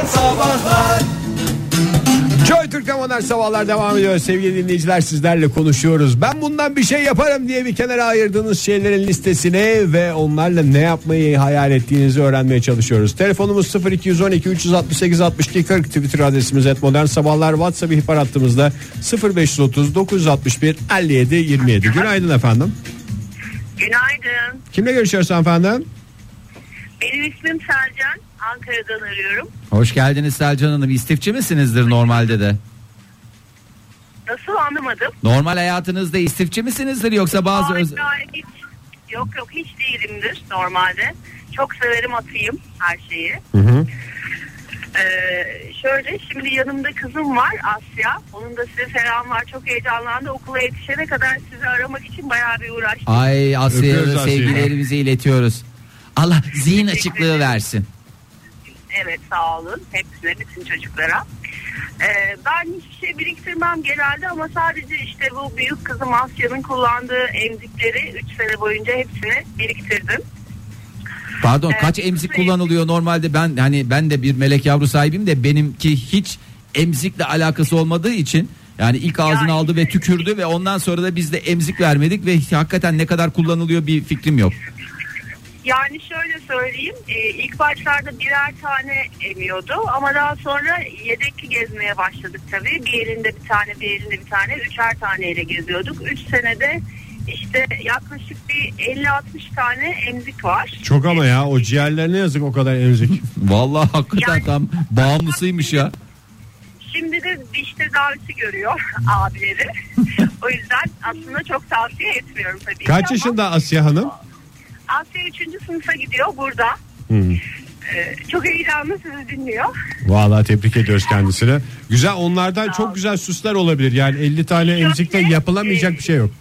Sabahlar. Joy Türk'te modern sabahlar devam ediyor. Sevgili dinleyiciler, sizlerle konuşuyoruz. Ben bundan bir şey yaparım diye bir kenara ayırdığınız şeylerin listesini ve onlarla ne yapmayı hayal ettiğinizi öğrenmeye çalışıyoruz. Telefonumuz 0212 368 62 40, Twitter adresimiz @modernsabahlar, WhatsApp ihbar hattımızda 0530 961 57 27. Günaydın efendim. Günaydın. Kimle görüşüyoruz efendim? Benim ismim Selcan. Ankara'dan arıyorum. Hoş geldiniz Selcan Hanım. İstifçi misinizdir normalde de? Nasıl, anlamadım. Normal hayatınızda istifçi misinizdir yoksa bazı... Hiç, yok hiç değilimdir normalde. Çok severim, atayım her şeyi. Hı. Şöyle, şimdi yanımda kızım var, Asya. Onun da size selam var. Çok heyecanlandı. Okula yetişene kadar sizi aramak için bayağı bir uğraştım. Ay, Asya'ya Öpüyoruz da sevgilerimizi iletiyoruz. Allah zihin açıklığı versin. Evet, sağ olun. Hepsine, bütün çocuklara. Ben hiçbir şey biriktirmem genelde ama sadece işte bu büyük kızım Asya'nın kullandığı emzikleri 3 sene boyunca hepsini biriktirdim. Pardon, kaç emzik kullanılıyor normalde? Ben de bir melek yavru sahibim de benimki hiç emzikle alakası olmadığı için, yani ilk ağzına aldı ve tükürdü ve ondan sonra da biz de emzik vermedik ve hakikaten ne kadar kullanılıyor bir fikrim yok. Yani şöyle söyleyeyim, ilk başlarda birer tane emiyordu ama daha sonra yedekli gezmeye başladık tabii. Bir elinde bir tane, bir elinde bir tane, 3'er taneyle geziyorduk. 3 senede işte yaklaşık bir 50-60 tane emzik var. Çok ama ya, o ciğerlerine yazık o kadar emzik. Vallahi hakikaten tam bağımlısıymış ya. Şimdi de diş tedavisi görüyor abileri. O yüzden aslında çok tavsiye etmiyorum tabii. Kaç yaşında Asya Hanım? Asya 3. sınıfa gidiyor burada. Çok heyecanlı, sizi dinliyor. Vallahi tebrik ediyoruz kendisine. Güzel, onlardan çok güzel süsler olabilir. Yani 50 tane emzikle yapılamayacak bir şey yok.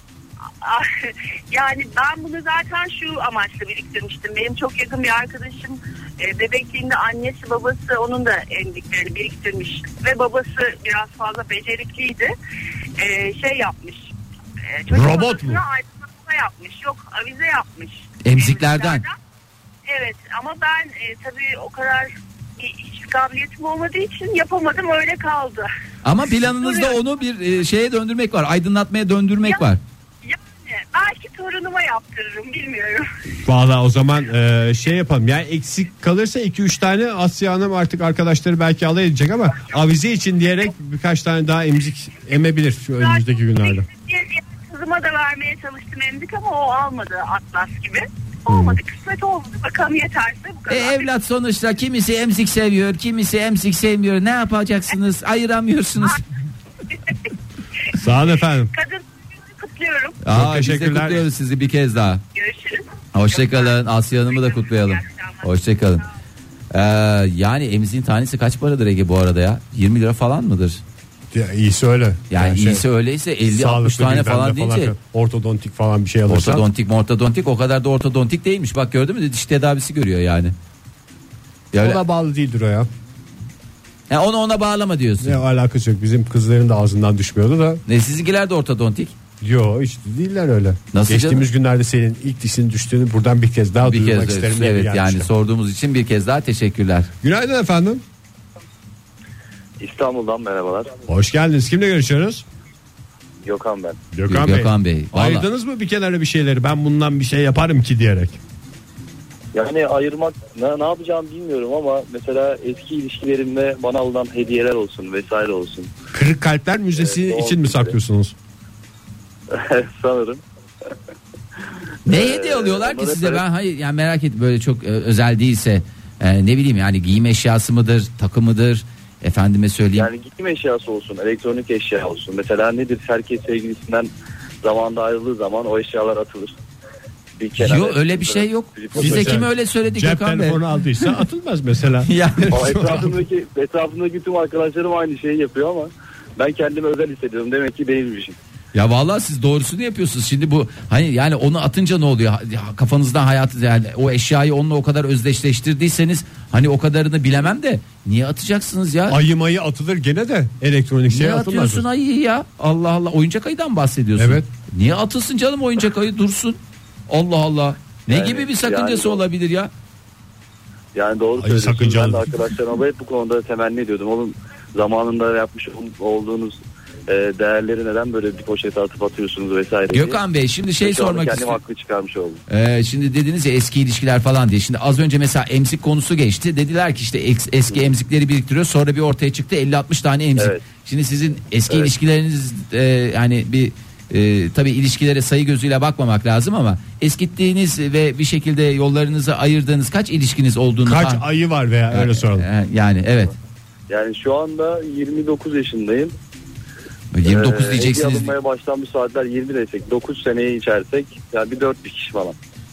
Yani ben bunu zaten şu amaçla biriktirmiştim. Benim çok yakın bir arkadaşım bebekliğinde annesi babası onun da emziklerini biriktirmiş. Ve babası biraz fazla becerikliydi. Şey yapmış. Robot mu? Yapmış. Yok, avize yapmış. Emziklerden. Evet ama ben tabii o kadar hiç kabiliyetim olmadığı için yapamadım, öyle kaldı. Ama planınızda onu bir şeye döndürmek var. Aydınlatmaya döndürmek var. Yani belki torunuma yaptırırım, bilmiyorum. Vallahi o zaman şey yapalım. Yani eksik kalırsa 2-3 tane Asya Hanım artık arkadaşları belki alay edecek ama avize için diyerek birkaç tane daha emzik emebilir şu önümüzdeki günlerde. Kızıma da vermeye çalıştım emzik ama o almadı, Atlas gibi. Olmadı, kısmet olmadı. Bakalım yeterse bu kadar. Evlat sonuçta kimisi emzik seviyor, kimisi emzik sevmiyor. Ne yapacaksınız? Ayıramıyorsunuz. Sağ olun efendim. Kadın kutluyorum. Çok Biz de teşekkürler. kutluyoruz sizi bir kez daha. Görüşürüz. Hoşçakalın. Asya Hanım'ı da kutlayalım. Hoşçakalın. Yani emziğin tanesi kaç paradır Ege bu arada ya? 20 lira falan mıdır? Ya, iyisi öyle. Yani iyisi öyleyse 50-60 tane falan deyince. Ortodontik falan bir şey alırsan. Ortodontik o kadar da ortodontik değilmiş. Bak gördün mü, diş tedavisi görüyor yani. Ona bağlı değildir o ya. Ona bağlama diyorsun. Ne alakası yok. Bizim kızların da ağzından düşmüyordu da. Ne, sizinkiler de ortodontik? Yok, hiç değiller öyle. Nasıl Geçtiğimiz günlerde senin ilk dişinin düştüğünü buradan bir kez daha duyurmak isterim. Evet yani sorduğumuz için bir kez daha teşekkürler. Günaydın efendim. İstanbul'dan merhabalar. Hoş geldiniz. Kimle görüşüyoruz? Gökhan ben. Gökhan Bey. Ayırdınız mı bir kenara bir şeyleri? Ben bundan bir şey yaparım ki diyerek. Yani ayırmak ne yapacağımı bilmiyorum ama mesela eski ilişkilerimde bana alınan hediyeler olsun vesaire olsun. Kırık Kalpler Müzesi için mi saklıyorsunuz? Sanırım. Ne hediye alıyorlar ki size? Ben hayır yani merak ettim, böyle çok özel değilse ne bileyim yani giyim eşyası mıdır, takı mıdır, efendime söyleyeyim. Yani giyim eşyası olsun, elektronik eşya olsun. Mesela nedir, herkes sevgilisinden zamanında ayrıldığı zaman o eşyalar atılır. Yok öyle bir şey yok. Bize kim öyle söyledi Cep Gökhan Bey? telefonu aldıysa atılmaz mesela. Yani etrafımdaki tüm arkadaşlarım aynı şeyi yapıyor ama ben kendimi özel hissediyorum. Demek ki değilmişim. Ya vallahi siz doğrusunu yapıyorsunuz. Şimdi bu hani yani onu atınca ne oluyor? Kafanızdan hayatı, yani o eşyayı onunla o kadar özdeşleştirdiyseniz hani o kadarını bilemem de niye atacaksınız ya? Ayı atılır gene de elektronik şey niye atılmaz. Niye atıyorsun ayıyı ya? Allah Allah, oyuncak ayıdan bahsediyorsun. Evet. Niye atılsın canım oyuncak ayı, dursun. Allah Allah. Ne yani, gibi bir sakıncası olabilir ya? Yani doğru Hayır, söylüyorsunuz. sakıncalı. Ben de arkadaşlarıma hep bu konuda temenni ediyordum. Onun zamanında yapmış olduğunuz değerleri neden böyle bir poşete atıp atıyorsunuz vesaire diye. Gökhan Bey şimdi şey Şu anda sormak kendim istiyorum. haklı çıkarmış oldum. Şimdi dediniz ya eski ilişkiler falan diye. Şimdi az önce mesela emzik konusu geçti. Dediler ki işte eski emzikleri biriktiriyor. Sonra bir ortaya çıktı 50-60 tane emzik. Evet. Şimdi sizin eski Evet. ilişkileriniz yani bir tabii ilişkilere sayı gözüyle bakmamak lazım ama eskittiğiniz ve bir şekilde yollarınızı ayırdığınız kaç ilişkiniz olduğunu Kaç ayı var veya öyle soralım. Yani evet. Yani şu anda 29 yaşındayım. 29 Hediye diyeceksiniz. alınmaya başlanmış saatler 20 desek 9 seneyi içersek yani bir 4 kişi falan.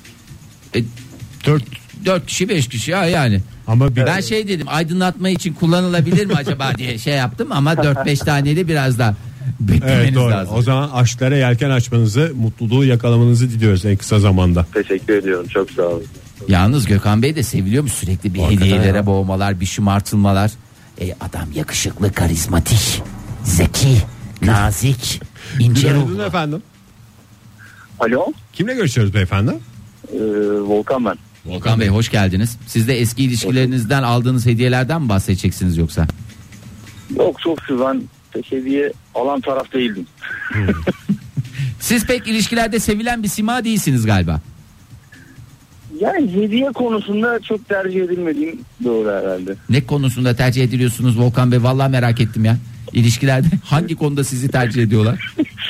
4 kişi 5 kişi ya yani. Ama Ben şey dedim aydınlatma için kullanılabilir mi acaba diye şey yaptım ama 4-5 taneyle biraz daha beklemeniz evet, doğru. lazım. O zaman aşklara yelken açmanızı, mutluluğu yakalamanızı diliyoruz en kısa zamanda. Teşekkür ediyorum, çok sağ olun. Yalnız Gökhan Bey de seviliyormuş sürekli bir Hakikaten hediyelere ya. boğmalar, bir şımartılmalar. Adam yakışıklı, karizmatik, zeki, nazik, ince Günaydın ruhlu. efendim. Alo, Kimle görüşüyoruz beyefendi? Volkan ben. Volkan Bey hoş geldiniz. Siz de eski ilişkilerinizden aldığınız hediyelerden mi bahsedeceksiniz yoksa? Yok çok şu ben pek hediye alan taraf değildim. Siz pek ilişkilerde sevilen bir sima değilsiniz galiba. Yani hediye konusunda çok tercih edilmediğim doğru herhalde. Ne konusunda tercih ediliyorsunuz Volkan Bey? Vallahi merak ettim ya. İlişkilerde hangi konuda sizi tercih ediyorlar?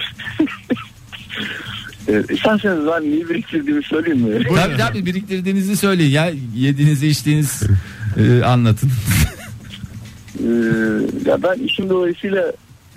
İsterseniz ben neyi biriktirdiğimi söyleyeyim mi? Tabii biriktirdiğinizi söyleyin ya. Yediğinizi içtiğiniz anlatın. Ya ben işim dolayısıyla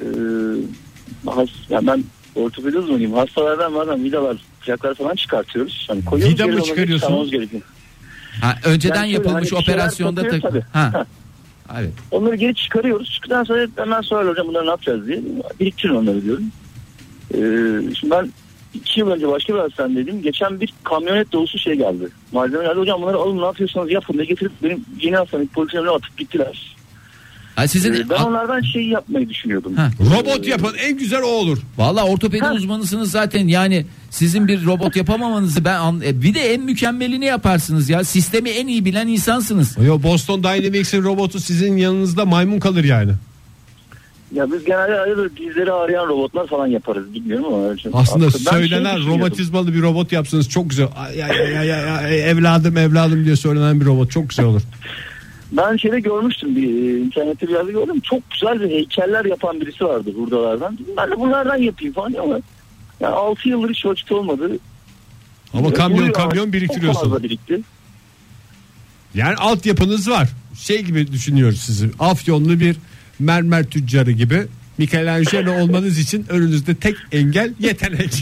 ya ben ortopedi uzmanıyım. Hastalardan bazen vidalar, plaklar falan çıkartıyoruz. Hani koyuyoruz, Vida mı geri onları çıkarıyorsunuz? çıkarmamız gerekiyor. Önceden Yani şöyle, yapılmış hani bir şeyler operasyonda kopuyor takı. tabii. Evet. Onları geri çıkarıyoruz. Çıktıktan sonra hemen sonra hocam bunları ne yapacağız diye biriktirin onları diyorum. Şimdi ben 2 yıl önce başka bir hastanedeydim. Geçen bir kamyonet dolusu şey geldi. Malzeme geldi. Hocam bunları alın ne yapıyorsanız yapın diye getirip benim yeni hastanedeki polislerine atıp gittiler. Sizin Ben onlardan şeyi yapmayı düşünüyordum. Robot yapın, en güzel o olur. Vallahi ortopedi uzmanısınız zaten yani sizin bir robot yapamamanızı bir de en mükemmelini yaparsınız ya. Sistemi en iyi bilen insansınız. Yo, Boston Dynamics'in robotu sizin yanınızda maymun kalır yani. Ya biz genelde dizleri ağrıyan robotlar falan yaparız bilmiyorum ama. Aslında Ben söylenen şey romatizmalı bir robot yapsanız çok güzel. Evladım diye söylenen bir robot çok güzel olur. Ben şeyde görmüştüm internette bir yerde gördüm. Çok güzel bir heykeller yapan birisi vardı hurdalardan. Ben de bunlardan yapayım falan ama yani 6 yıldır hiç vakit olmadı. Ama kamyon biriktiriyorsun. Çok fazla birikti. Yani altyapınız var. Şey gibi düşünüyoruz sizi. Afyonlu bir mermer tüccarı gibi. Michelangelo olmanız için önünüzde tek engel yetenek.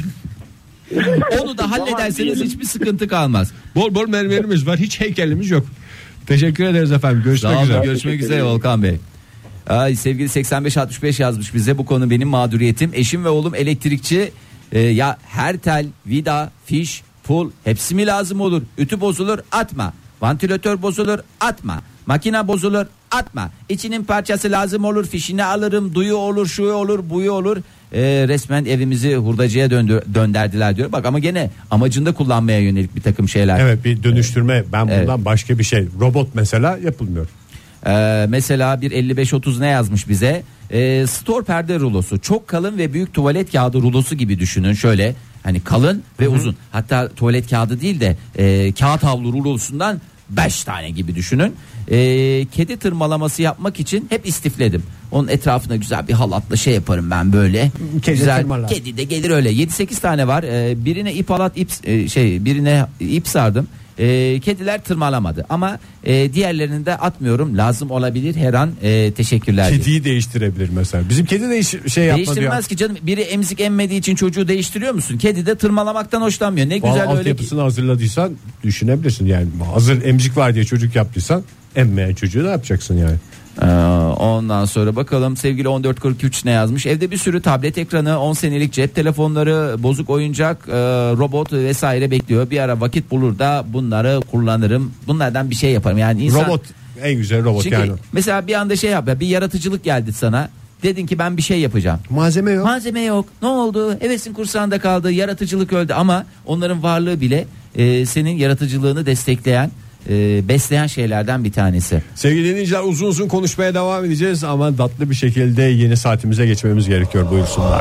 Onu da hallederseniz hiçbir sıkıntı kalmaz. Bol bol mermerimiz var. Hiç heykelimiz yok. Teşekkür ederiz efendim. Görüşmek üzere. Görüşmek üzere Volkan Bey. Sevgili 8565 yazmış bize, bu konu benim mağduriyetim. Eşim ve oğlum elektrikçi. Ya her tel, vida, fiş, pul hepsi mi lazım olur? Ütü bozulur, atma. Vantilatör bozulur, atma. Makine bozulur, atma. İçinin parçası lazım olur, fişini alırım, duyu olur, şu olur, buyu olur. Resmen evimizi hurdacıya dönderdiler diyor. Bak ama gene amacında kullanmaya yönelik bir takım şeyler. Evet, bir dönüştürme. Ben bundan başka bir şey. Robot mesela yapılmıyor. Mesela bir 5530 ne yazmış bize? Store perde rulosu, çok kalın ve büyük tuvalet kağıdı rulosu gibi düşünün. Şöyle hani kalın ve uzun, hatta tuvalet kağıdı değil de kağıt havlu rulosundan 5 tane gibi düşünün. Kedi tırmalaması yapmak için hep istifledim. Onun etrafına güzel bir halatla şey yaparım ben böyle. Kedi Güzel. tırmalar. Kedi de gelir öyle. 7-8 tane var. Birine ip birine ip sardım. Kediler tırmalamadı ama diğerlerini de atmıyorum, lazım olabilir her an. Teşekkürler. Kediyi değiştirebilir mesela. Bizim kedi de şey yapma diyor. Değiştirmez ki canım, biri emzik emmediği için çocuğu değiştiriyor musun? Kedi de tırmalamaktan hoşlanmıyor. Ne Vallahi güzel öyle. altyapısını hazırladıysan düşünebilirsin yani. Hazır emzik var diye çocuk yaptıysan emmeyen çocuğu ne yapacaksın yani? Ondan sonra bakalım sevgili 1443 ne yazmış? Evde bir sürü tablet ekranı, 10 senelik cep telefonları, bozuk oyuncak, robot vesaire bekliyor. Bir ara vakit bulur da bunları kullanırım. Bunlardan bir şey yaparım. Yani insan... Robot en güzel robot. Çünkü yani. mesela bir anda şey yap, bir yaratıcılık geldi sana. Dedin ki ben bir şey yapacağım. Malzeme yok. Malzeme yok. Ne oldu? Hevesin kursağında kaldı. Yaratıcılık öldü ama onların varlığı bile senin yaratıcılığını destekleyen besleyen şeylerden bir tanesi. Sevgili dinleyiciler, uzun uzun konuşmaya devam edeceğiz ama tatlı bir şekilde yeni saatimize geçmemiz gerekiyor. Buyursunlar.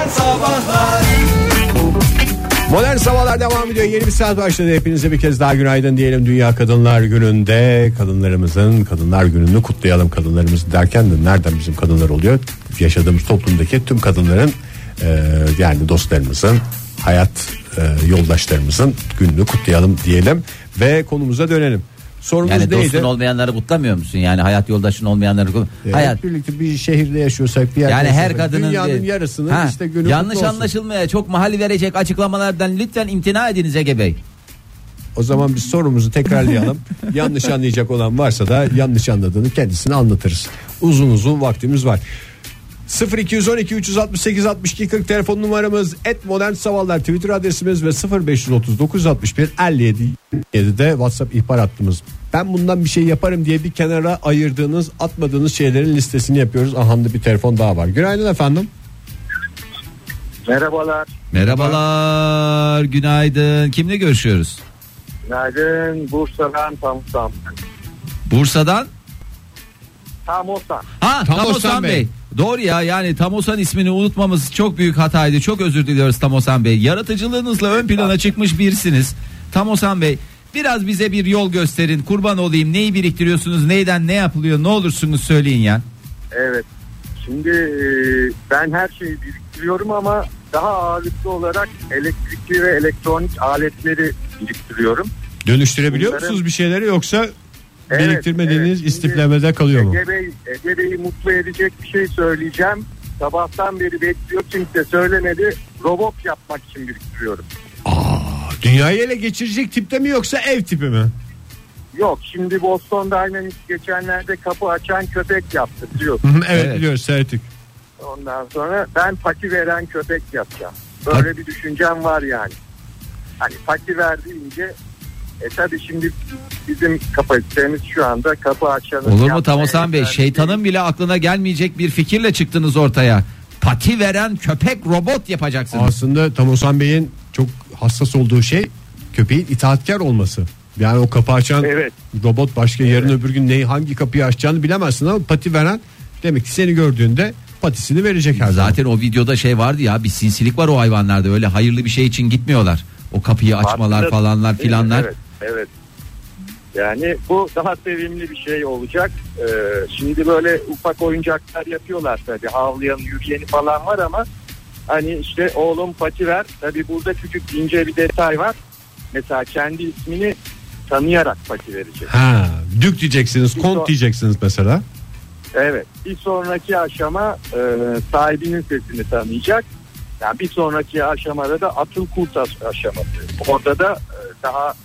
Modern Sabahlar devam ediyor. Yeni bir saat başladı. Hepinize bir kez daha günaydın diyelim. Dünya Kadınlar Günü'nde Kadınlar Günü'nü kutlayalım. Kadınlarımız derken de nereden bizim kadınlar oluyor? Yaşadığımız toplumdaki tüm kadınların yani dostlarımızın, hayat yoldaşlarımızın gününü kutlayalım diyelim ve konumuza dönelim. Sorumuz yani neydi? dostun olmayanları kutlamıyor musun? Yani hayat yoldaşın olmayanları hayat birlikte bir şehirde yaşıyorsak bir yerde yani her yaşıyorsak, kadının dünyanın yarısının işte günü yanlış kutlu olsun. anlaşılmaya çok mahal verecek açıklamalardan lütfen imtina ediniz Ege Bey. O zaman biz sorumuzu tekrarlayalım. Yanlış anlayacak olan varsa da yanlış anladığını kendisine anlatırız. Uzun uzun vaktimiz var. 0212 368 62 40 telefon numaramız, @modernsabahlar Twitter adresimiz ve 0539 61 57 de WhatsApp ihbar hattımız. Ben bundan bir şey yaparım diye bir kenara ayırdığınız, atmadığınız şeylerin listesini yapıyoruz. Aha, bir telefon daha var. Günaydın efendim. Merhabalar. Merhabalar, günaydın. Kimle görüşüyoruz? Günaydın. Bursa'dan Tamosan. Bursa'dan? Tamosan. Tamosan Bey. Doğru ya, yani Tamosan ismini unutmamız çok büyük hataydı. Çok özür diliyoruz Tamosan Bey. Yaratıcılığınızla ön plana çıkmış birisiniz. Tamosan Bey, biraz bize bir yol gösterin. Kurban olayım. Neyi biriktiriyorsunuz? Neyden ne yapılıyor? Ne olursunuz söyleyin ya. Evet. Şimdi ben her şeyi biriktiriyorum ama daha ağırlıklı olarak elektrikli ve elektronik aletleri biriktiriyorum. Dönüştürebiliyor musunuz bir şeyleri, yoksa biriktirmediğiniz istiflemede kalıyor mu? Ege Bey'i mutlu edecek bir şey söyleyeceğim. Sabahtan beri bekliyor, kimse söylemedi. Robot yapmak için biriktiriyorum. Dünyayı ele geçirecek tipte mi yoksa ev tipi mi? Yok, şimdi Boston Dynamics geçenlerde kapı açan köpek yaptı biliyorsun. Evet, biliyoruz, seyrettik. Ondan sonra ben pati veren köpek yapacağım. Böyle bir düşüncem var yani. Hani pati ver deyince tabii şimdi bizim kapasitemiz şu anda kapı açanı. Olur mu Tamosan Bey? Şeytanın bile aklına gelmeyecek bir fikirle çıktınız ortaya. Pati veren köpek robot yapacaksınız. Aslında Tamosan Bey'in çok hassas olduğu şey köpeğin itaatkar olması. Yani o kapı açan robot başka yarın öbür gün hangi kapıyı açacağını bilemezsin ama pati veren demek ki seni gördüğünde patisini verecek her zaman. Zaten o videoda şey vardı ya, bir sinsilik var o hayvanlarda, öyle hayırlı bir şey için gitmiyorlar. O kapıyı açmalar falanlar filanlar. Evet. Yani bu daha sevimli bir şey olacak. Şimdi böyle ufak oyuncaklar yapıyorlar tabii. Havlayan, yürüyeni falan var ama hani işte oğlum pati ver. Tabii burada küçük ince bir detay var. Mesela kendi ismini tanıyarak pati verecek. Dük diyeceksiniz, kont diyeceksiniz mesela. Evet. Bir sonraki aşama sahibinin sesini tanıyacak. Yani bir sonraki aşamada da atıl kurt aşaması. Orada da daha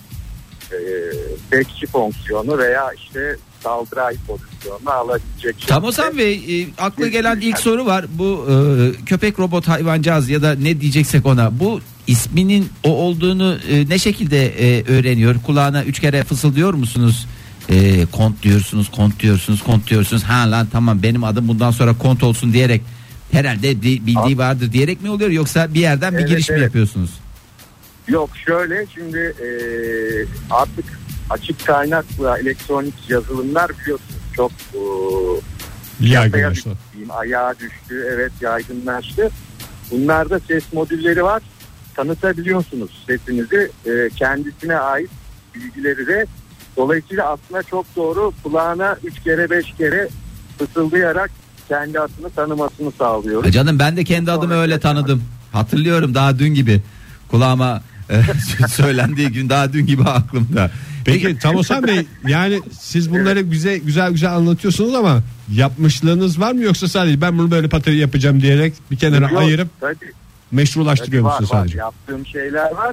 bekçi fonksiyonu veya işte saldırı pozisyonunu alabilecek. Tamosan Bey, akla gelen ilk soru var. Bu köpek robot hayvancağız ya da ne diyeceksek ona, bu isminin o olduğunu ne şekilde öğreniyor? Kulağına 3 kere fısıldıyor musunuz? Kont diyorsunuz. Ha lan tamam, benim adım bundan sonra Kont olsun diyerek, herhalde bildiği vardır diyerek mi oluyor, yoksa bir yerden bir giriş mi yapıyorsunuz? Yok, şöyle şimdi artık açık kaynakla elektronik yazılımlar biliyorsunuz çok yaygınlaştı. Ayağa düştü, evet, yaygınlaştı. Bunlarda ses modülleri var. Tanıtabiliyorsunuz sesinizi, kendisine ait bilgileri de. Dolayısıyla aslında çok doğru, kulağına 3 kere 5 kere fısıldayarak kendi adını tanımasını sağlıyoruz. Canım, ben de kendi adımı öyle tanıdım. Hatırlıyorum, daha dün gibi kulağıma söylendiği gün, daha dün gibi aklımda. Peki Tamosan Bey, yani siz bunları bize güzel anlatıyorsunuz ama yapmışlığınız var mı, yoksa sadece ben bunu böyle pateri yapacağım diyerek bir kenara ayırıp meşrulaştırıyor musunuz sadece? Yaptığım şeyler var.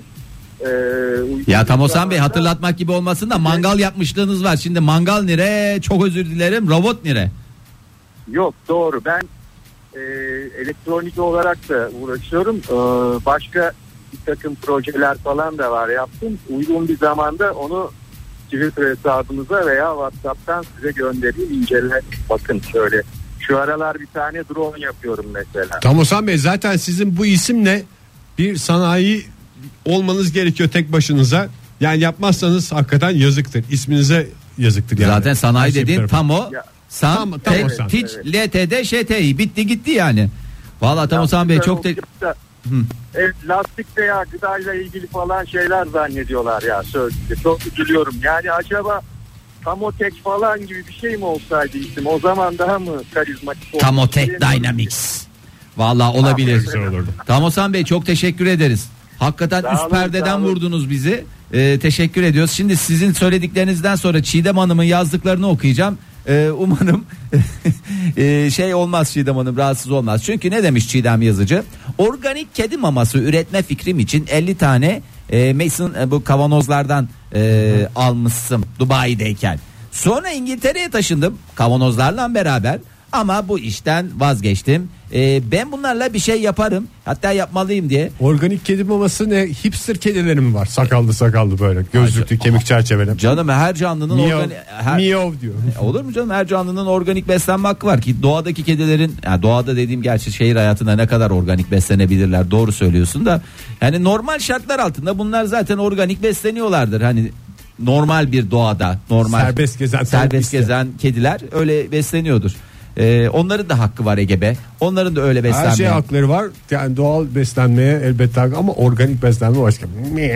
Ya Tamosan Bey, hatırlatmak gibi olmasın da mangal yapmışlığınız var. Şimdi mangal nere? Çok özür dilerim. Robot nere? Yok, doğru. Ben elektronik olarak da uğraşıyorum. Başka bir takım projeler falan da var, yaptım. Uygun bir zamanda onu Twitter hesabınıza veya WhatsApp'tan size göndereyim, incele bakın şöyle. Şu aralar bir tane drone yapıyorum mesela. Tamosan Bey, zaten sizin bu isimle bir sanayi olmanız gerekiyor tek başınıza. Yani yapmazsanız hakikaten yazıktır. İsminize yazıktır yani. Zaten sanayi dediğin tam o. Tam o san. Tiç, LTD, ŞTİ bitti gitti yani. Vallahi tam Oğuzhan Bey çok Evet, lastik veya gıdayla ilgili falan şeyler zannediyorlar ya sözlükte. Çok üzülüyorum. Yani acaba Tamotek falan gibi bir şey mi olsaydı isim? O zaman daha mı karizmatik olurdu? Tamotek Dynamics. Vallahi olabilir. Tam Oğuzhan Bey çok teşekkür ederiz. Hakikaten Sağ üst olun, perdeden vurdunuz bizi. Teşekkür ediyoruz. Şimdi sizin söylediklerinizden sonra Çiğdem Hanım'ın yazdıklarını okuyacağım. Umarım şey olmaz, Çiğdem Hanım rahatsız olmaz. Çünkü ne demiş Çiğdem yazıcı? Organik kedi maması üretme fikrim için 50 tane Mason bu kavanozlardan almışsın Dubai'deyken. Sonra İngiltere'ye taşındım kavanozlarla beraber. Ama bu işten vazgeçtim. Ben bunlarla bir şey yaparım. Hatta yapmalıyım diye. Organik kedi maması ne? Hipster kedileri mi var? Sakallı böyle. Gözlüklü, kemik çerçeveli. Canım her canlının miyav diyor. Olur mu canım? Her canlının organik beslenme hakkı var ki doğadaki kedilerin, yani doğada dediğim gerçi şehir hayatında ne kadar organik beslenebilirler. Doğru söylüyorsun da. Yani normal şartlar altında bunlar zaten organik besleniyorlardır. Hani normal bir doğada, normal serbest gezen kediler öyle besleniyordur. Onların da hakkı var Ege Bey. Onların da öyle beslenmeye. Her şey hakları var. Yani doğal beslenmeye elbette ama organik beslenme başka.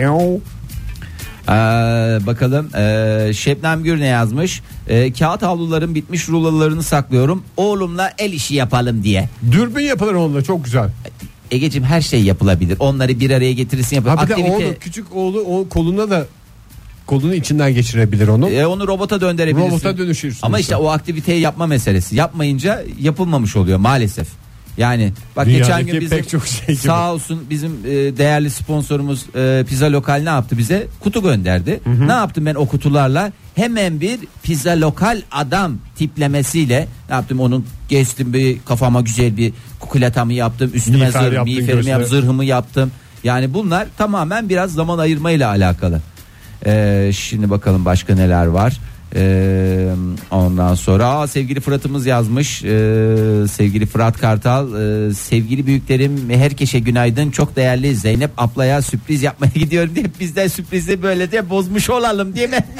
Bakalım Şebnem Gür ne yazmış? Kağıt havluların bitmiş rulolarını saklıyorum. Oğlumla el işi yapalım diye. Dürbün yapılır onunla, çok güzel. Egeciğim her şey yapılabilir. Onları bir araya getirirsin yapılır. Ha bir de oğlu, küçük oğlu o koluna da kolunu içinden geçirebilir onu. Onu robota döndürebilirsin. Robota dönüşürsün. Ama işte o aktiviteyi yapma meselesi. Yapmayınca yapılmamış oluyor maalesef. Yani bak dünyadaki geçen gün bizim çok şey sağ olsun bizim değerli sponsorumuz Pizza Lokal ne yaptı bize? Kutu gönderdi. Hı-hı. Ne yaptım ben o kutularla? Hemen bir Pizza Lokal adam tiplemesiyle ne yaptım? Onun geçtim bir kafama güzel bir kukulatamı yaptım. Üstüme miğferimi yaptım, zırhımı yaptım. Yani bunlar tamamen biraz zaman ayırmayla alakalı. Şimdi bakalım başka neler var. Ondan sonra sevgili Fırat'ımız yazmış. Sevgili Fırat Kartal, sevgili büyüklerim, herkese günaydın. Çok değerli Zeynep ablaya sürpriz yapmaya gidiyorum diye bizden sürprizi böyle de bozmuş olalım değil mi?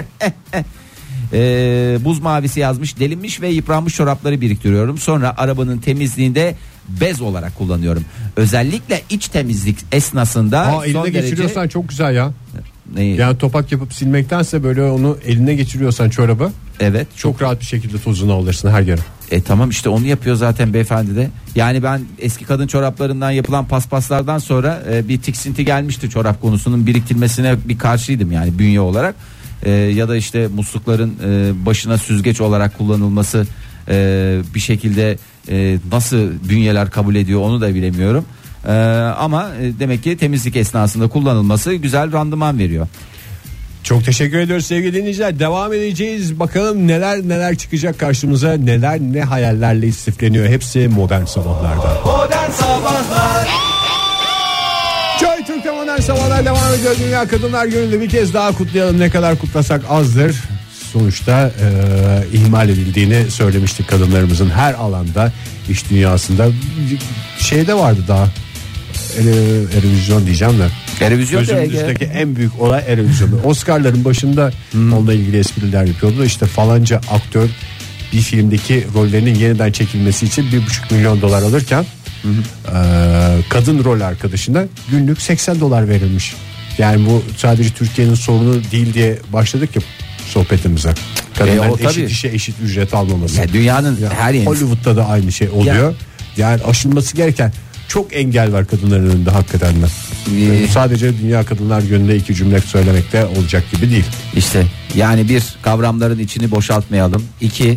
Buz mavisi yazmış. Delinmiş ve yıpranmış çorapları biriktiriyorum. Sonra arabanın temizliğinde bez olarak kullanıyorum. Özellikle iç temizlik esnasında eline geçiriyorsan çok güzel ya. Neyi? Yani topak yapıp silmektense böyle onu eline geçiriyorsan çorabı. Evet. Çok rahat bir şekilde tozunu alırsın her yere. Tamam işte onu yapıyor zaten beyefendi de. Yani ben eski kadın çoraplarından yapılan paspaslardan sonra bir tiksinti gelmişti çorap konusunun biriktirmesine bir karşıydım yani bünye olarak. Ya da işte muslukların başına süzgeç olarak kullanılması bir şekilde nasıl bünyeler kabul ediyor onu da bilemiyorum. Ama demek ki temizlik esnasında kullanılması güzel randıman veriyor. Çok teşekkür ediyoruz sevgili dinleyiciler. Devam edeceğiz. Bakalım neler çıkacak karşımıza. Neler ne hayallerle istifleniyor. Hepsi Modern Sabahlar'da. Modern Sabahlar. Joy Türk'te Modern Sabahlar devam ediyor. Dünya Kadınlar Günü'nü bir kez daha kutlayalım. Ne kadar kutlasak azdır. Sonuçta ihmal edildiğini söylemiştik kadınlarımızın her alanda, iş dünyasında. Şeyde vardı daha Erevizyon diyeceğim de. Gözümüzdeki en büyük olay Erevizyon'da. Oscar'ların başında onunla ilgili espriler yapıyordu. İşte falanca aktör bir filmdeki rollerinin yeniden çekilmesi için $1,5 milyon alırken kadın rol arkadaşına günlük $80 verilmiş. Yani bu sadece Türkiye'nin sorunu değil diye başladık ya sohbetimize. Kadınların eşit işe eşit ücret almaması. Ya dünyanın her yerinde. Hollywood'da da aynı şey oluyor. Yani aşılması gereken çok engel var kadınların önünde hakikaten de. Sadece Dünya Kadınlar Günü'nde iki cümle söylemekte olacak gibi değil. İşte yani bir, kavramların içini boşaltmayalım. İki,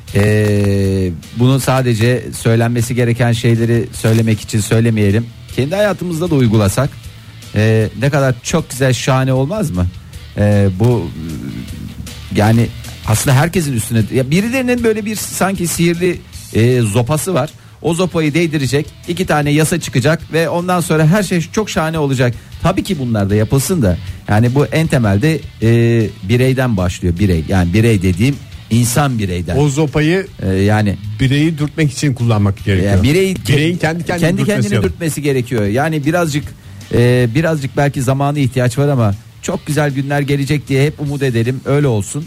bunu sadece söylenmesi gereken şeyleri söylemek için söylemeyelim. Kendi hayatımızda da uygulasak ne kadar çok güzel, şahane olmaz mı? Bu yani aslında herkesin üstüne, ya birilerinin böyle bir sanki sihirli zopası var. O zopayı değdirecek, 2 tane yasa çıkacak ve ondan sonra her şey çok şahane olacak. Tabii ki bunlar da yapılsın da yani bu en temelde bireyden başlıyor. Birey, yani birey dediğim insan bireyden. O zopayı yani bireyi dürtmek için kullanmak gerekiyor. Yani bireyin kendi kendini dürtmesi gerekiyor. Yani birazcık belki zamanı ihtiyaç var ama çok güzel günler gelecek diye hep umut edelim, öyle olsun.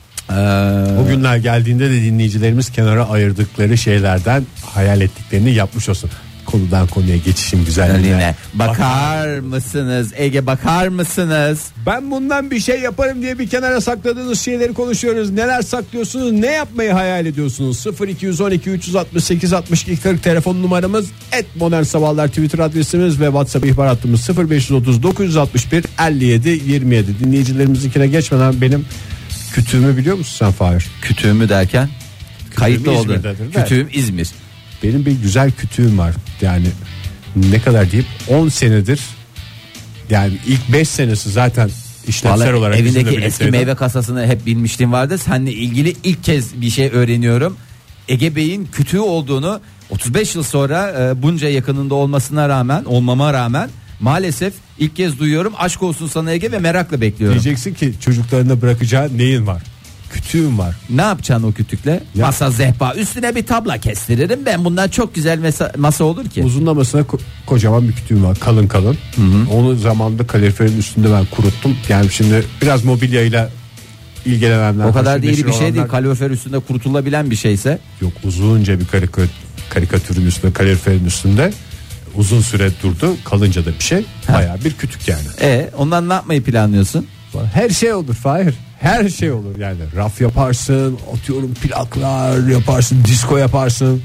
O günler geldiğinde de dinleyicilerimiz kenara ayırdıkları şeylerden hayal ettiklerini yapmış olsun. Konudan konuya geçişim güzelliğine. Bakar mısınız Ege, bakar mısınız? Ben bundan bir şey yaparım diye bir kenara sakladığınız şeyleri konuşuyoruz. Neler saklıyorsunuz, ne yapmayı hayal ediyorsunuz? 0212 368 62 40 telefon numaramız, @Modern Sabahlar Twitter adresimiz ve WhatsApp ihbar hattımız 0530 961 57 27. Dinleyicilerimizinkine geçmeden benim kütüğümü biliyor musun sen Fahir? Kütüğümü derken? Kayıtlı oldu. Kütüğüm İzmir. Benim bir güzel kütüğüm var. Yani ne kadar diyeyim, 10 senedir, yani ilk 5 senesi zaten işlemsel Vallahi olarak evindeki eski meyve kasasını hep bilmiştim vardı. Seninle ilgili ilk kez bir şey öğreniyorum. Ege Bey'in kütüğü olduğunu 35 yıl sonra bunca yakınında olmama rağmen maalesef ilk kez duyuyorum. Aşk olsun sana Ege ve merakla bekliyorum. Diyeceksin ki çocuklarına bırakacağı neyin var? Kütüğüm var. Ne yapacaksın o kütükle? Ya. Masa zehpa üstüne bir tabla kestiririm ben, bundan çok güzel masa olur ki. Uzunlamasına kocaman bir kütüğüm var, kalın. Onu zamanında kaloriferin üstünde ben kuruttum. Yani şimdi biraz mobilyayla ilgilenenler, o kadar değil bir şey olanlar... değil, kalorifer üstünde kurutulabilen bir şeyse. Yok, uzunca bir karikatürün üstünde, kaloriferin üstünde uzun süre durdu, kalınca da bir şey, bayağı bir kütük yani. Ondan ne yapmayı planlıyorsun? Her şey olur Fahir. Her şey olur yani. Raf yaparsın, atıyorum plaklar yaparsın, disko yaparsın.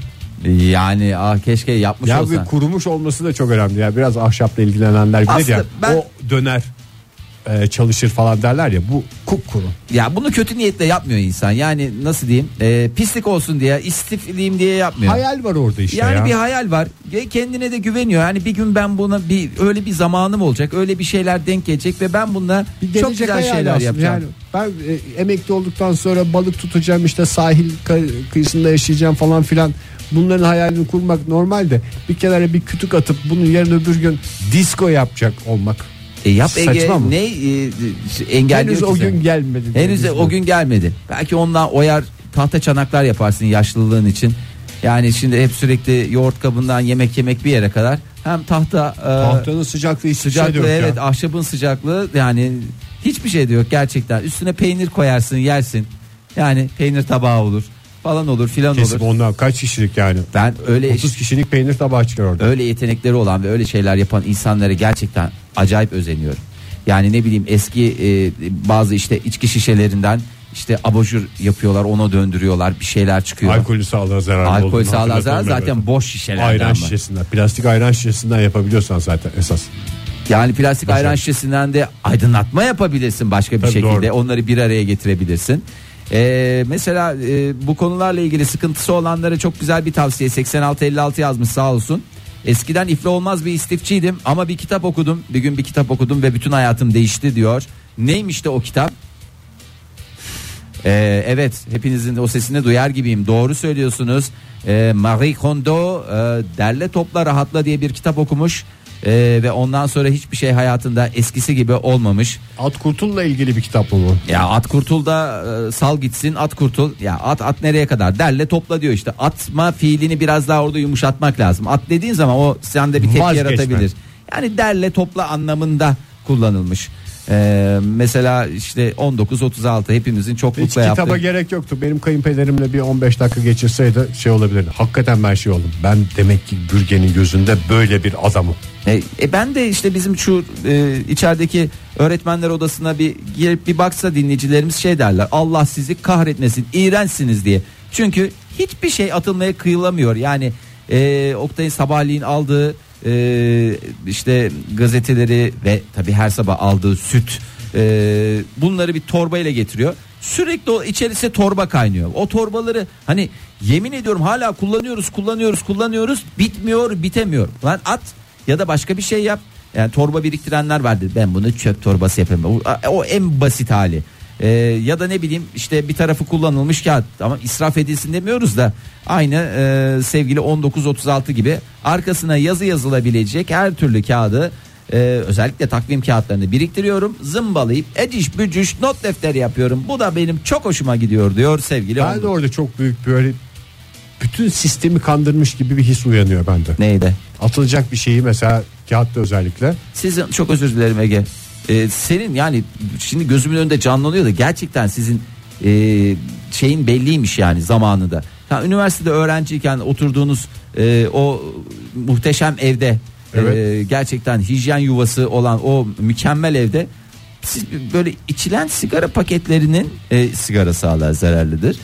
Yani keşke yapmış ya olsan. Bir kurumuş olması da çok önemli. Ya biraz ahşapla ilgilenenler bilir ya. O döner çalışır falan derler ya, bu kupkuru. Ya bunu kötü niyetle yapmıyor insan. Yani nasıl diyeyim? Pislik olsun diye, istifliyim diye yapmıyor. Hayal var orada işte yani ya. Bir hayal var. Kendine de güveniyor. Yani bir gün ben buna öyle bir zamanım olacak. Öyle bir şeyler denk gelecek ve ben bununla çok güzel şeyler yapacağım. Yani ben emekli olduktan sonra balık tutacağım, işte sahil kıyısında yaşayacağım falan filan. Bunların hayalini kurmak normal de bir kenara bir kütük atıp bunun yarın öbür gün disco yapacak olmak. Yap Ege, ne engelliyor? Henüz o gün gelmedi. Henüz o gün gelmedi. Belki ondan oyar tahta çanaklar yaparsın yaşlılığın için. Yani şimdi hep sürekli yoğurt kabından yemek bir yere kadar. Hem tahtanın sıcaklığı sıcaklığı şey evet, ahşabın sıcaklığı, yani hiçbir şey de yok gerçekten. Üstüne peynir koyarsın, yersin. Yani peynir tabağı olur falan olur filan olur. Ondan kaç kişilik yani? Ben öyle 30 kişilik peynir tabağı çıkar orada. Öyle yetenekleri olan ve öyle şeyler yapan insanlara gerçekten acayip özeniyorum. Yani ne bileyim, eski bazı işte içki şişelerinden işte abajur yapıyorlar, ona döndürüyorlar, bir şeyler çıkıyor. Alkolü sağlığa zararlı. Alkol sağlığa zararlı zaten, boş şişelerden. Ayran şişesinden, plastik ayran şişesinden yapabiliyorsan zaten esas. Yani plastik ayran şişesinden de aydınlatma yapabilirsin başka bir tabii şekilde. Doğru. Onları bir araya getirebilirsin. Mesela bu konularla ilgili sıkıntısı olanlara çok güzel bir tavsiye. 8656 yazmış, sağ olsun. Eskiden iflah olmaz bir istifçiydim ama bir kitap okudum. Bir gün bir kitap okudum ve bütün hayatım değişti diyor. Neymiş de o kitap? Evet, hepinizin de o sesini duyar gibiyim. Doğru söylüyorsunuz. Marie Kondo Derle Topla Rahatla diye bir kitap okumuş. Ve ondan sonra hiçbir şey hayatında eskisi gibi olmamış. At kurtulla ilgili bir kitap bu. Ya at kurtul da sal gitsin, at kurtul. Ya at nereye kadar? Derle topla diyor işte. Atma fiilini biraz daha orada yumuşatmak lazım. At dediğin zaman o sende bir tepki yaratabilir. Yani derle topla anlamında kullanılmış. Mesela işte 1936 hepimizin çoklukla yaptığı. Hiç kitaba gerek yoktu. Benim kayınpederimle bir 15 dakika geçirseydi şey olabilirdi. Hakikaten ben şey oldum. Ben demek ki Bürgen'in gözünde böyle bir adamım. Ben de işte bizim şu içerideki öğretmenler odasına bir girip bir baksa dinleyicilerimiz şey derler. Allah sizi kahretmesin, iğrençsiniz diye. Çünkü hiçbir şey atılmaya kıyılamıyor. Yani Oktay'ın sabahleyin aldığı işte gazeteleri ve tabii her sabah aldığı süt, bunları bir torbayla getiriyor. Sürekli o içerisinde torba kaynıyor. O torbaları hani yemin ediyorum hala kullanıyoruz, bitemiyor. Lan at ya da başka bir şey yap. Yani torba biriktirenler vardı. Ben bunu çöp torbası yapayım. O en basit hali. Ya da ne bileyim işte bir tarafı kullanılmış kağıt, ama israf edilsin demiyoruz da aynı sevgili 1936 gibi arkasına yazı yazılabilecek her türlü kağıdı, özellikle takvim kağıtlarını biriktiriyorum, zımbalayıp eciş bücüş not defteri yapıyorum. Bu da benim çok hoşuma gidiyor diyor sevgili. Ben de orada çok büyük böyle bütün sistemi kandırmış gibi bir his uyanıyor bende. Neydi? Atılacak bir şeyi mesela kağıtta özellikle. Sizin çok özür dilerim Ege. senin yani şimdi gözümün önünde canlanıyor da gerçekten sizin şeyin belliymiş yani zamanında. Üniversitede öğrenciyken oturduğunuz o muhteşem evde, evet. Gerçekten hijyen yuvası olan o mükemmel evde siz böyle içilen sigara paketlerinin sigara sağlığa zararlıdır.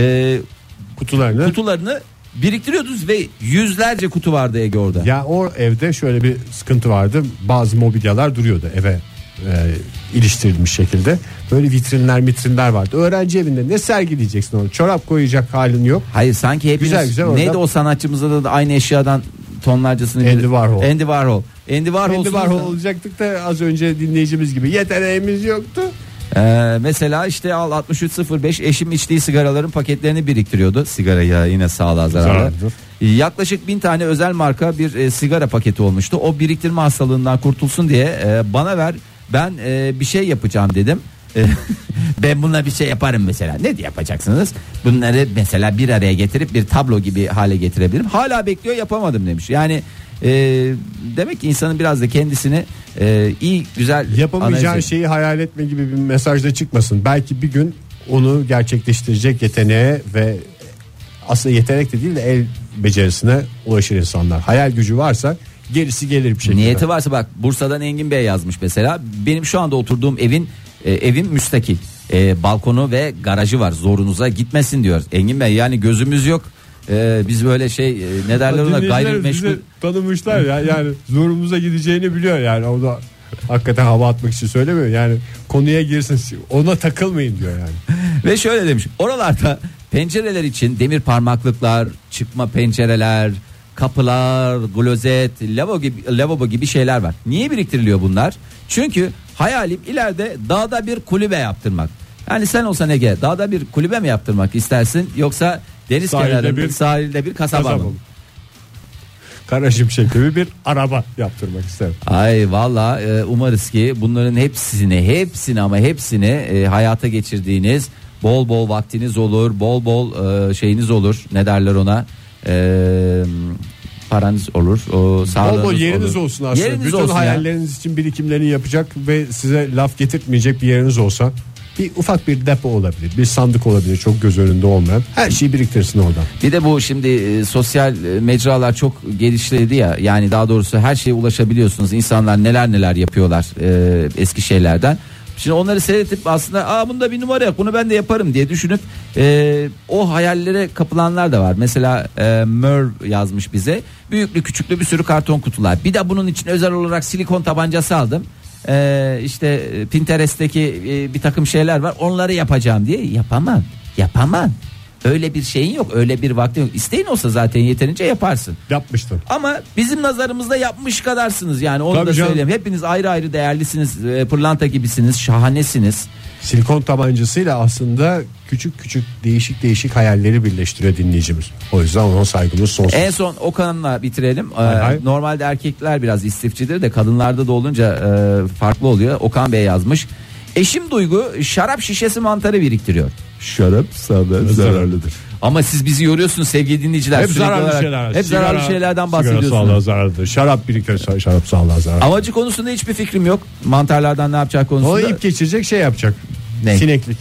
Kutularını biriktiriyordunuz ve yüzlerce kutu vardı Ege orada. Ya o evde şöyle bir sıkıntı vardı. Bazı mobilyalar duruyordu eve iliştirilmiş şekilde. Böyle vitrinler vardı. Öğrenci evinde ne sergileyeceksin orada? Çorap koyacak halin yok. Hayır sanki hepiniz güzel neydi o sanatçımızda da aynı eşyadan tonlarcasını Andy Warhol. Andy Warhol olacaktık da az önce dinleyicimiz gibi yeteneğimiz yoktu. Mesela işte al 6305 eşim içtiği sigaraların paketlerini biriktiriyordu. Sigara ya yine sağlığa zararlı. Yaklaşık 1000 tane özel marka bir sigara paketi olmuştu. O biriktirme hastalığından kurtulsun diye bana ver ben bir şey yapacağım dedim. Ben bununla bir şey yaparım mesela. Ne diye yapacaksınız? Bunları mesela bir araya getirip bir tablo gibi hale getirebilirim. Hala bekliyor yapamadım demiş. Yani demek ki insanın biraz da kendisini iyi güzel yapamayacağın şeyi hayal etme gibi bir mesajda çıkmasın. Belki bir gün onu gerçekleştirecek yeteneğe ve aslında yetenek de değil de el becerisine ulaşır insanlar. Hayal gücü varsa gerisi gelir bir şekilde. Niyeti varsa bak Bursa'dan Engin Bey yazmış mesela. Benim şu anda oturduğum evim müstakil. Balkonu ve garajı var. Zorunuza gitmesin diyor. Engin Bey yani gözümüz yok. Biz böyle ne derler ona gayrimeşgul tanımışlar ya yani zorumuza gideceğini biliyor yani o da hakikaten hava atmak için söylemiyor yani konuya girsin ona takılmayın diyor yani. Ve şöyle demiş oralarda pencereler için demir parmaklıklar, çıkma pencereler, kapılar, klozet, lavabo gibi şeyler var. Niye biriktiriliyor bunlar? Çünkü hayalim ileride dağda bir kulübe yaptırmak. Yani sen olsan Ege dağda bir kulübe mi yaptırmak istersin yoksa deniz kenarında sahilde bir kasaba mı? Kara Şimşek gibi bir araba yaptırmak isterim. Ay valla umarız ki bunların hepsini hayata geçirdiğiniz bol bol vaktiniz olur, bol bol şeyiniz olur. Ne derler ona? Paranız olur, sağlığınız bol yeriniz olur. Olsun aslında. Yeriniz bütün olsun hayalleriniz için birikimlerini yapacak ve size laf getirtmeyecek bir yeriniz olsa. Bir ufak bir depo olabilir, bir sandık olabilir, çok göz önünde olmayan. Her şeyi biriktirsin oradan. Bir de bu şimdi sosyal mecralar çok gelişti ya. Yani daha doğrusu her şeye ulaşabiliyorsunuz. İnsanlar neler yapıyorlar eski şeylerden. Şimdi onları seyredip aslında bunda bir numara yok, bunu ben de yaparım diye düşünüp o hayallere kapılanlar da var. Mesela Merv yazmış bize. Büyüklü küçüklü bir sürü karton kutular. Bir de bunun için özel olarak silikon tabancası aldım. İşte Pinterest'teki bir takım şeyler var, onları yapacağım diye yapamam. Öyle bir şeyin yok, öyle bir vaktin yok. İsteğin olsa zaten yeterince yaparsın. Yapmıştın. Ama bizim nazarımızda yapmış kadarsınız yani onu tabii da canım. söyleyeyim. Hepiniz ayrı ayrı değerlisiniz, pırlanta gibisiniz, şahanesiniz. Silikon tabancasıyla aslında küçük değişik hayalleri birleştiriyor dinleyicimiz. O yüzden ona saygımız sonsuz. En son Okan'la bitirelim. Hay. Normalde erkekler biraz istifçidir de kadınlarda da olunca farklı oluyor. Okan Bey yazmış. Eşim Duygu şarap şişesi mantarı biriktiriyor. Şarap zararlıdır. Ama siz bizi yoruyorsunuz sevgili dinleyiciler. Hep zararlı şeyler. Hep zararlı şeylerden bahsediyorsunuz. Sigara sağlığa zararlıdır. Şarap biriktirirse şarap sağlığa zararlı. Amacı konusunda hiçbir fikrim yok. Mantarlardan ne yapacak konusunda. O ip geçirecek şey yapacak. Ne? Sineklik.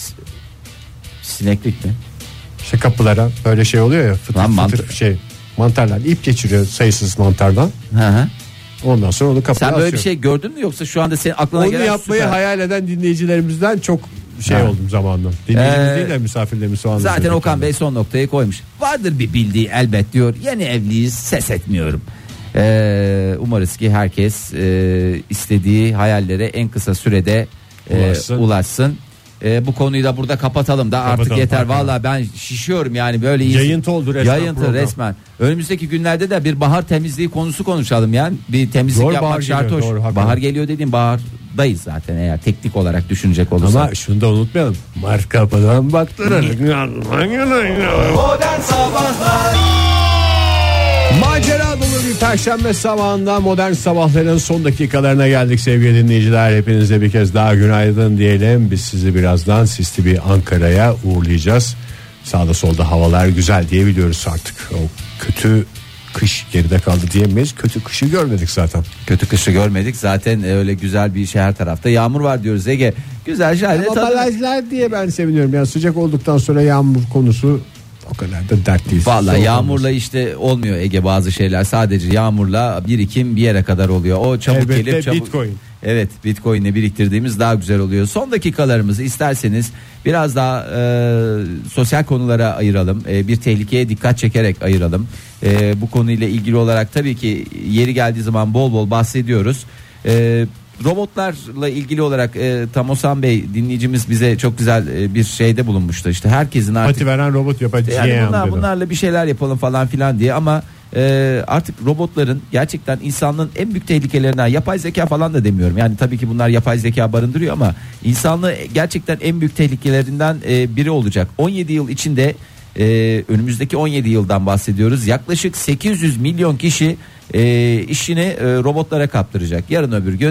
Sineklik mi? İşte kapılara böyle şey oluyor ya. Fıtır şey. Mantarlar ip geçiriyor sayısız mantardan. Hı. Ondan sonra onu kapıya Sen böyle asıyor. bir şey gördün mü yoksa şu anda senin aklına onu gelen yapmayı süper. hayal eden dinleyicilerimizden çok oldum zamanla. Dinleyicimiz değil de misafirlerimiz o anda. Zaten Okan Bey son noktayı koymuş. Vardır bir bildiği elbet diyor. Yeni evliyiz, ses etmiyorum. Umarız ki herkes istediği hayallere en kısa sürede ulaşsın. Bu konuyu da burada kapatalım da artık yeter. Vallahi ben şişiyorum yani böyle yayıntı oldu resmen. Yayıntı resmen. Önümüzdeki günlerde de bir bahar temizliği konusu konuşalım yani. Bir temizlik doğru, yapmak şart hoş. Bahar geliyor dediğim bahardayız zaten eğer teknik olarak düşünecek olursak. Ama şunu da unutmayalım. Marka kapıdan baktırarak. Modern Sabahlar. Macera dolu bir perşembe sabahında modern sabahların son dakikalarına geldik sevgili dinleyiciler. Hepinize bir kez daha günaydın diyelim. Biz sizi birazdan sisli bir Ankara'ya uğurlayacağız. Sağda solda havalar güzel diyebiliyoruz artık. O kötü kış geride kaldı diyemeyiz. Kötü kışı görmedik zaten. Kötü kışı görmedik zaten, öyle güzel bir şey, her tarafta yağmur var diyoruz Ege. Güzel şahane. Barajlar diye ben seviniyorum. Yani sıcak olduktan sonra yağmur konusu o kadar da dert değil. Vallahi yağmurla işte olmuyor Ege, bazı şeyler sadece yağmurla birikim bir yere kadar oluyor. O çabuk elbette gelip çabuk. Bitcoin. Evet, Bitcoin'le biriktirdiğimiz daha güzel oluyor. Son dakikalarımızı isterseniz biraz daha sosyal konulara ayıralım. Bir tehlikeye dikkat çekerek ayıralım. Bu konuyla ilgili olarak tabii ki yeri geldiği zaman bol bol bahsediyoruz. Robotlarla ilgili olarak Tamosan Bey dinleyicimiz bize çok güzel bir şeyde bulunmuştu. İşte herkesin artık pati veren robot yapacağım. Yani bunlarla bir şeyler yapalım falan filan diye, ama artık robotların gerçekten insanlığın en büyük tehlikelerinden, yapay zeka falan da demiyorum. Yani tabii ki bunlar yapay zeka barındırıyor ama insanlığı gerçekten en büyük tehlikelerinden biri olacak. 17 yıl içinde, önümüzdeki 17 yıldan bahsediyoruz. Yaklaşık 800 milyon kişi işini robotlara kaptıracak. Yarın öbür gün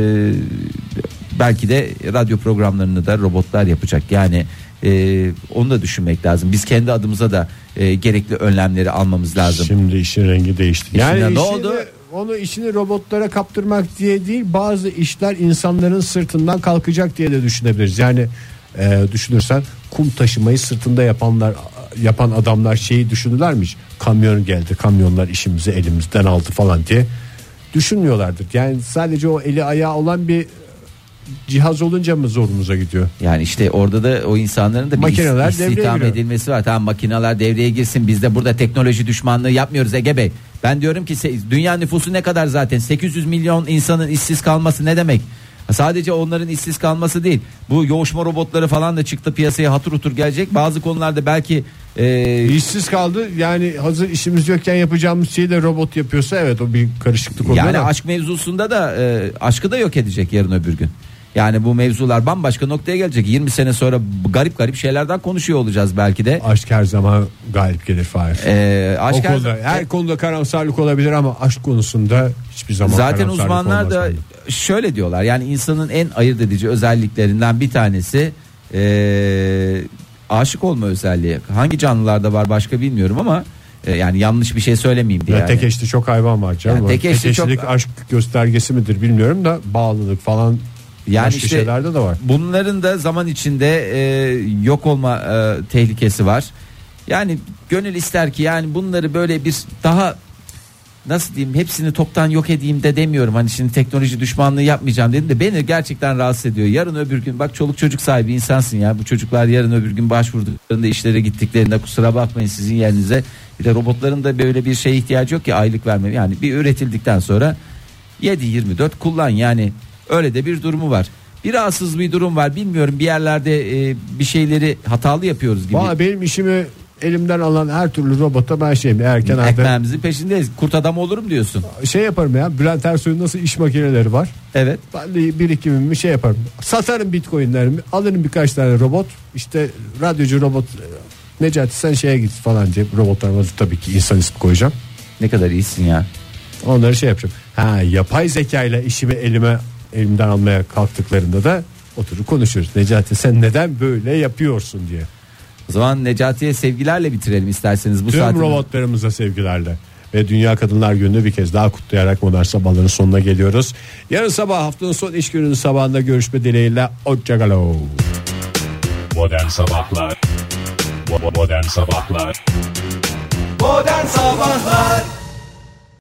belki de radyo programlarını da robotlar yapacak. Yani onu da düşünmek lazım. Biz kendi adımıza da gerekli önlemleri almamız lazım. Şimdi işin rengi değişti. Yani ne oldu? Onu işini robotlara kaptırmak diye değil, bazı işler insanların sırtından kalkacak diye de düşünebiliriz. Yani düşünürsen kum taşımayı sırtında yapan adamlar şeyi düşünürler mi hiç? Kamyon geldi, kamyonlar işimizi elimizden aldı falan diye düşünmüyorlardır. Yani sadece o eli ayağı olan bir cihaz olunca mı zorumuza gidiyor? Yani işte orada da o insanların da bir istihdam edilmesi var. Tamam, makineler devreye girsin. Biz de burada teknoloji düşmanlığı yapmıyoruz Ege Bey. Ben diyorum ki dünya nüfusu ne kadar zaten? 800 milyon insanın işsiz kalması ne demek? Sadece onların işsiz kalması değil. Bu yoğuşma robotları falan da çıktı piyasaya, hatır hutur gelecek. Bazı konularda belki işsiz kaldı. Yani hazır işimiz yokken yapacağımız şeyi de robot yapıyorsa evet, o bir karışıklık oluyor. Yani aşk mevzusunda da aşkı da yok edecek yarın öbür gün. Yani bu mevzular bambaşka noktaya gelecek. 20 sene sonra garip garip şeylerden konuşuyor olacağız belki de. Aşk her zaman galip gelir Fahir. Her konuda karamsarlık olabilir ama aşk konusunda hiçbir zaman zaten uzmanlar da şöyle diyorlar. Yani insanın en ayırt edici özelliklerinden bir tanesi aşık olma özelliği. Hangi canlılarda var başka bilmiyorum ama yani yanlış bir şey söylemeyeyim diye. Yani. Tek eşli çok hayvan var canım. Yani tek eşlilik çok aşk göstergesi midir bilmiyorum da bağlılık falan. Yani başka işte şeylerde de var. Bunların da zaman içinde yok olma tehlikesi var. Yani gönül ister ki yani bunları böyle bir daha, nasıl diyeyim, hepsini toptan yok edeyim de demiyorum. Hani şimdi teknoloji düşmanlığı yapmayacağım dedim de beni gerçekten rahatsız ediyor. Yarın öbür gün bak, çoluk çocuk sahibi insansın ya. Bu çocuklar yarın öbür gün başvurduklarında, işlere gittiklerinde, kusura bakmayın sizin yerinize. Bir de robotların da böyle bir şeye ihtiyacı yok ki, aylık verme. Yani bir üretildikten sonra 7/24 kullan yani. Öyle de bir durumu var. Bir rahatsız bir durum var. Bilmiyorum, bir yerlerde bir şeyleri hatalı yapıyoruz gibi. Valla benim işimi elimden alan her türlü robota ben ekmeğimizin peşindeyiz. Kurt adam olurum diyorsun. Şey yaparım ya, Bülent Ersoy'un nasıl iş makineleri var. Evet. Ben de birikimimi şey yaparım. Satarım bitcoinlerimi, alırım birkaç tane robot. İşte radyocu robot, Necati sen şeye git falan diye robotlarıma tabii ki insan ismi koyacağım. Ne kadar iyisin ya. Onları şey yapacağım. Yapay zekayla işimi elimden almaya kalktıklarında da oturup konuşuruz. Necati sen neden böyle yapıyorsun diye. O zaman Necati'ye sevgilerle bitirelim isterseniz bu tüm saatini. Robotlarımıza sevgilerle. Ve Dünya Kadınlar Günü'nü bir kez daha kutlayarak Modern Sabahların sonuna geliyoruz. Yarın sabah, haftanın son iş gününün sabahında görüşme dileğiyle. Hoşçakalın. Modern Sabahlar. Modern Sabahlar. Modern Sabahlar